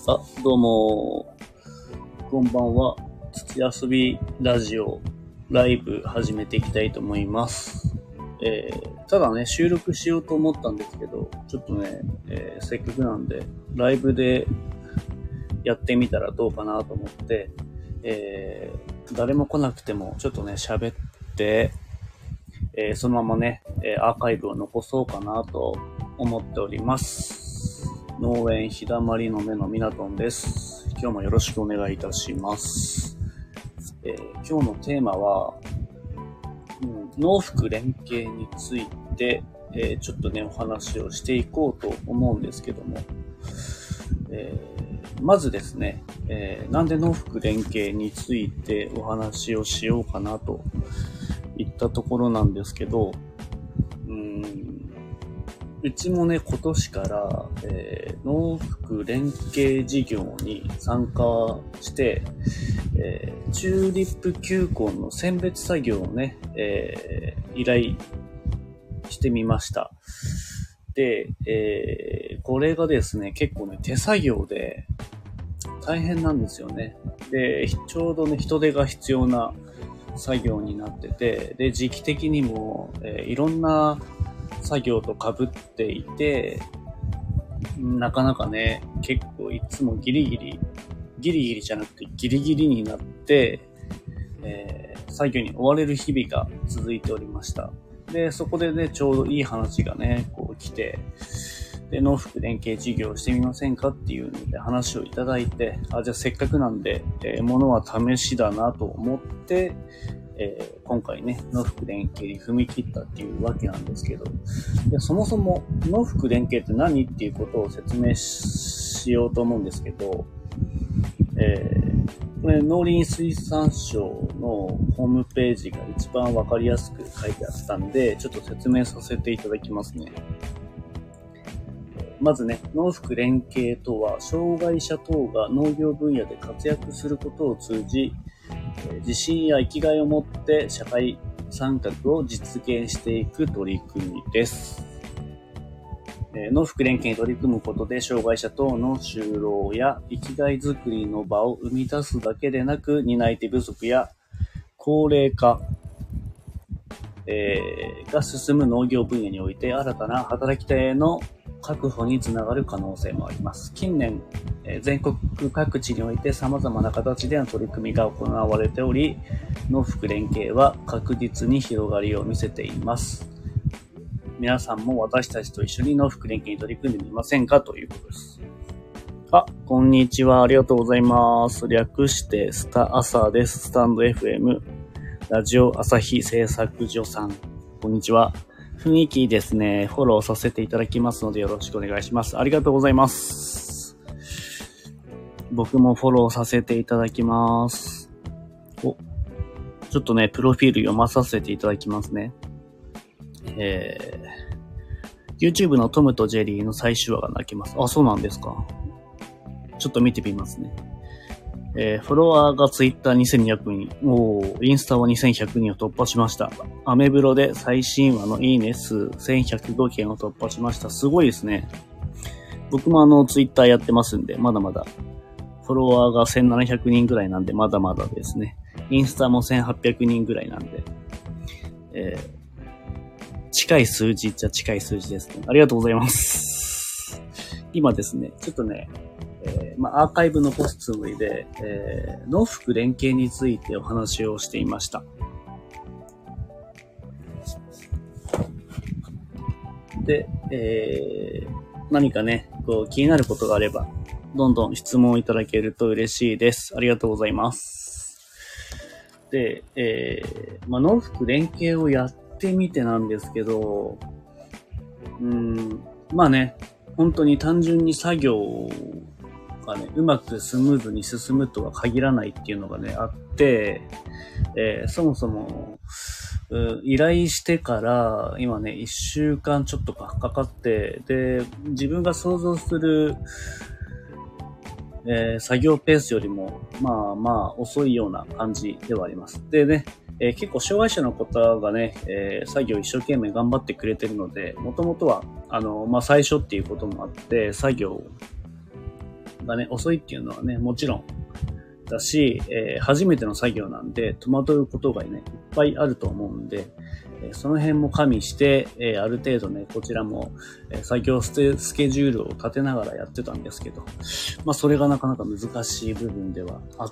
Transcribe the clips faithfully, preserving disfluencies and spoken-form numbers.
あ、どうも、こんばんは。土遊びラジオライブ始めていきたいと思います。えー、ただね、収録しようと思ったんですけど、ちょっとね、えー、せっかくなんで、ライブでやってみたらどうかなと思って、えー、誰も来なくてもちょっとね、喋って、えー、そのままね、アーカイブを残そうかなと思っております。農園ひだまりの目のみなとんです。今日もよろしくお願いいたします。えー、今日のテーマは、うん、農福連携について、えー、ちょっとねお話をしていこうと思うんですけども、えー、まずですね、えー、なんで農福連携についてお話をしようかなといったところなんですけど、うーんうちもね、今年から、えー、農福連携事業に参加して、えー、チューリップ球根の選別作業をね、えー、依頼してみました。で、えー、これがですね、結構ね、手作業で大変なんですよね。で、ちょうどね、人手が必要な作業になってて、で、時期的にも、えー、いろんな作業と被っていて、なかなかね、結構いつもギリギリ、ギリギリじゃなくてギリギリになって、えー、作業に追われる日々が続いておりました。で、そこでね、ちょうどいい話がね、こう来て、で、農福連携事業をしてみませんかっていうので話をいただいて、あ、じゃあせっかくなんで、えー、ものは試しだなと思って、えー、今回ね、農福連携に踏み切ったっていうわけなんですけど、でそもそも農福連携って何っていうことを説明しようと思うんですけど、えー、これ農林水産省のホームページが一番わかりやすく書いてあったんで、ちょっと説明させていただきますね。まずね、農福連携とは、障害者等が農業分野で活躍することを通じ、自信や生きがいを持って社会参画を実現していく取り組みです。農福連携に取り組むことで、障害者等の就労や生きがいづくりの場を生み出すだけでなく、担い手不足や高齢化、えー、が進む農業分野において、新たな働き手の確保につながる可能性もあります。近年、全国各地において様々な形での取り組みが行われており、農福連携は確実に広がりを見せています。皆さんも私たちと一緒に農福連携に取り組んでみませんかということです。あ、こんにちは。ありがとうございます。略してスタアサです。スタンド エフエム、ラジオ朝日製作所さん。こんにちは。雰囲気ですね、フォローさせていただきますのでよろしくお願いします。ありがとうございます。僕もフォローさせていただきます。お、ちょっとね、プロフィール読まさせていただきますね。えー、YouTube のトムとジェリーの最終話が泣けます。あ、そうなんですか。ちょっと見てみますね。えー、フォロワーが Twitterにせんにひゃくにん、おー、インスタはにせんひゃくにんを突破しました。アメブロで最新話のいいね数せんひゃくごけんを突破しました。すごいですね。僕もあの Twitter やってますんで、まだまだ。フォロワーがせんななひゃくにんぐらいなんで、まだまだですね。インスタもせんはっぴゃくにんぐらいなんで、えー、近い数字っちゃ近い数字ですね。ありがとうございます。今ですね、ちょっとね、えーまあ、アーカイブ残すつもりで、えー、農福連携についてお話をしていました。で、えー、何かね、こう気になることがあれば、どんどん質問いただけると嬉しいです。ありがとうございます。で、えー、まあ、農福連携をやってみてなんですけど、うーん、まあね、本当に単純に作業がね、うまくスムーズに進むとは限らないっていうのがね、あって、えー、そもそも、依頼してから、今ね、一週間ちょっとかかかって、で、自分が想像する、えー、作業ペースよりも、まあまあ遅いような感じではあります。でね、えー、結構障害者の方がね、えー、作業一生懸命頑張ってくれてるので、もともとは、あの、まあ最初っていうこともあって、作業がね、遅いっていうのはね、もちろんだし、えー、初めての作業なんで、戸惑うことがね、いっぱいあると思うんで、えー、その辺も加味して、えー、ある程度ね、こちらも、えー、作業ステスケジュールを立てながらやってたんですけど、まあ、それがなかなか難しい部分ではあって、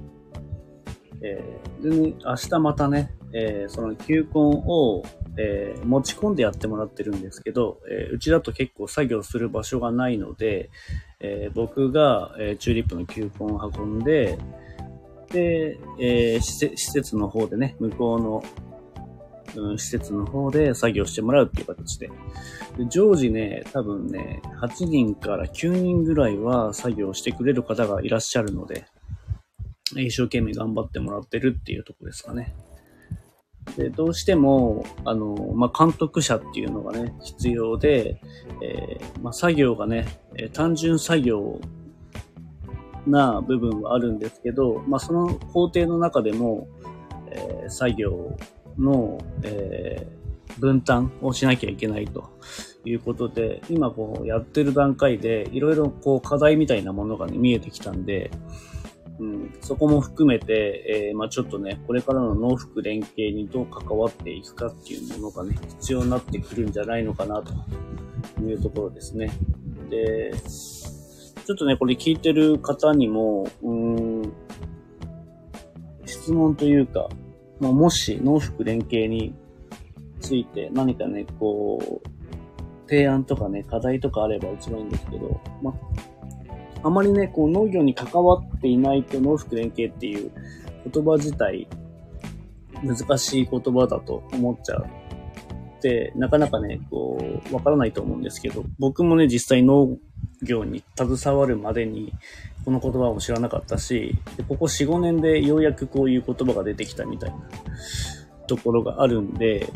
えー、でね、明日またね、えー、その球根を、えー、持ち込んでやってもらってるんですけど、えー、うちだと結構作業する場所がないので、えー、僕が、えー、チューリップの球根を運んで、で、えー、施設の方でね、向こうの、うん、施設の方で作業してもらうっていう形で。で常時ね、多分ね、はちにんからきゅうにんぐらいは作業してくれる方がいらっしゃるので、一生懸命頑張ってもらってるっていうところですかね。で、どうしても、あの、まあ、監督者っていうのがね、必要で、えー、まあ、作業がね、単純作業な部分はあるんですけど、まあ、その工程の中でも、えー、作業の、えー、分担をしなきゃいけないということで、今こうやってる段階で、いろいろこう課題みたいなものがね、見えてきたんで、うん、そこも含めて、えー、まあちょっとね、これからの農福連携にどう関わっていくかっていうものがね、必要になってくるんじゃないのかなというところですね。で、ちょっとね、これ聞いてる方にも、うーん、質問というか、まあ、もし農福連携について何かね、こう、提案とかね、課題とかあれば一番いいんですけど、まああまりね、こう農業に関わっていないと農福連携っていう言葉自体難しい言葉だと思っちゃう。で、なかなかね、こう、わからないと思うんですけど、僕もね、実際農業に携わるまでにこの言葉を知らなかったし、でここ よん、ごねんでようやくこういう言葉が出てきたみたいなところがあるんで、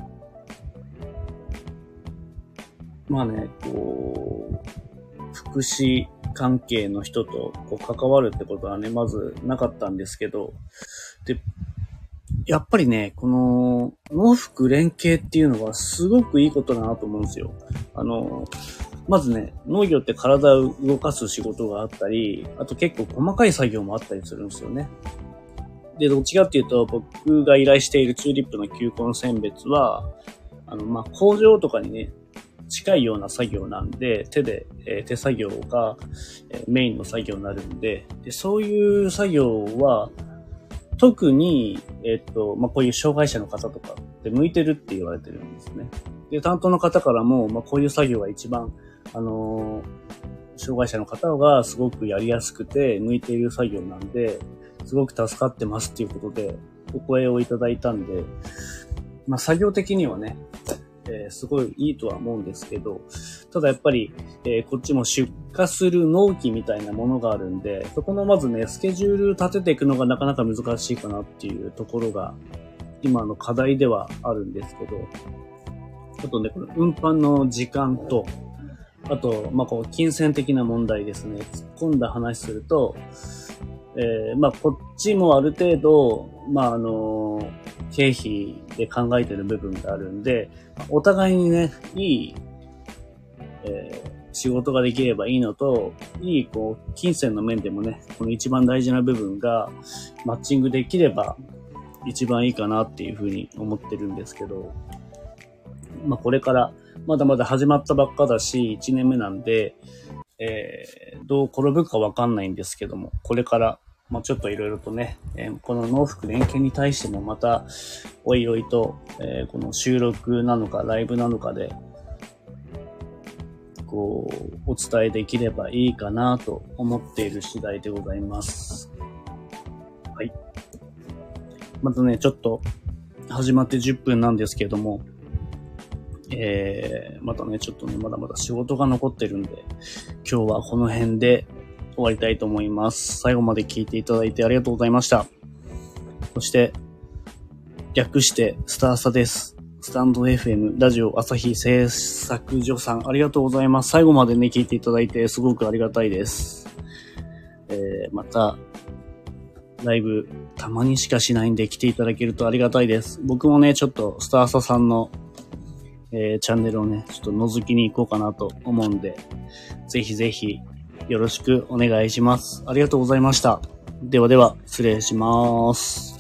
まあね、こう、福祉関係の人とこう関わるってことはね、まずなかったんですけど、で、やっぱりね、この農福連携っていうのはすごくいいことだなと思うんですよ。あの、まずね、農業って体を動かす仕事があったり、あと結構細かい作業もあったりするんですよね。で、どっちかっていうと、僕が依頼しているチューリップの球根選別は、あの、まあ、工場とかにね、近いような作業なんで、手で、えー、手作業が、えー、メインの作業になるんで、でそういう作業は、特に、えっと、まあ、こういう障害者の方とかって向いてるって言われてるんですね。で、担当の方からも、まあ、こういう作業が一番、あのー、障害者の方がすごくやりやすくて向いている作業なんで、すごく助かってますっていうことで、お声をいただいたんで、まあ、作業的にはね、えー、すごいいいとは思うんですけど、ただやっぱり、えー、こっちも出荷する納期みたいなものがあるんで、そこのまずね、スケジュール立てていくのがなかなか難しいかなっていうところが、今の課題ではあるんですけど、あとね、この運搬の時間と、あと、まあ、こう、金銭的な問題ですね。突っ込んだ話すると、えー、まあ、こっちもある程度、まあ、あの、経費で考えてる部分があるんで、お互いにね、いい、えー、仕事ができればいいのと、いい、こう、金銭の面でもね、この一番大事な部分がマッチングできれば一番いいかなっていうふうに思ってるんですけど、まあ、これから、まだまだ始まったばっかだし、いちねんめなんで、えー、どう転ぶかわかんないんですけども、これから、まあ、ちょっといろいろとね、えー、この農福連携に対してもまた、おいおいと、えー、この収録なのかライブなのかで、こう、お伝えできればいいかなと思っている次第でございます。はい。またね、ちょっと、始まってじゅっぷんなんですけども、えー、またね、ちょっとね、まだまだ仕事が残ってるんで、今日はこの辺で終わりたいと思います。最後まで聞いていただいてありがとうございました。そして、略してスターサです。スタンド エフエム ラジオ朝日製作所さん、ありがとうございます。最後までね、聞いていただいてすごくありがたいです。えー、また、ライブ、たまにしかしないんで来ていただけるとありがたいです。僕もね、ちょっとスターサさんのえー、チャンネルをね、ちょっと覗きに行こうかなと思うんで、ぜひぜひよろしくお願いします。ありがとうございました。ではでは、失礼します。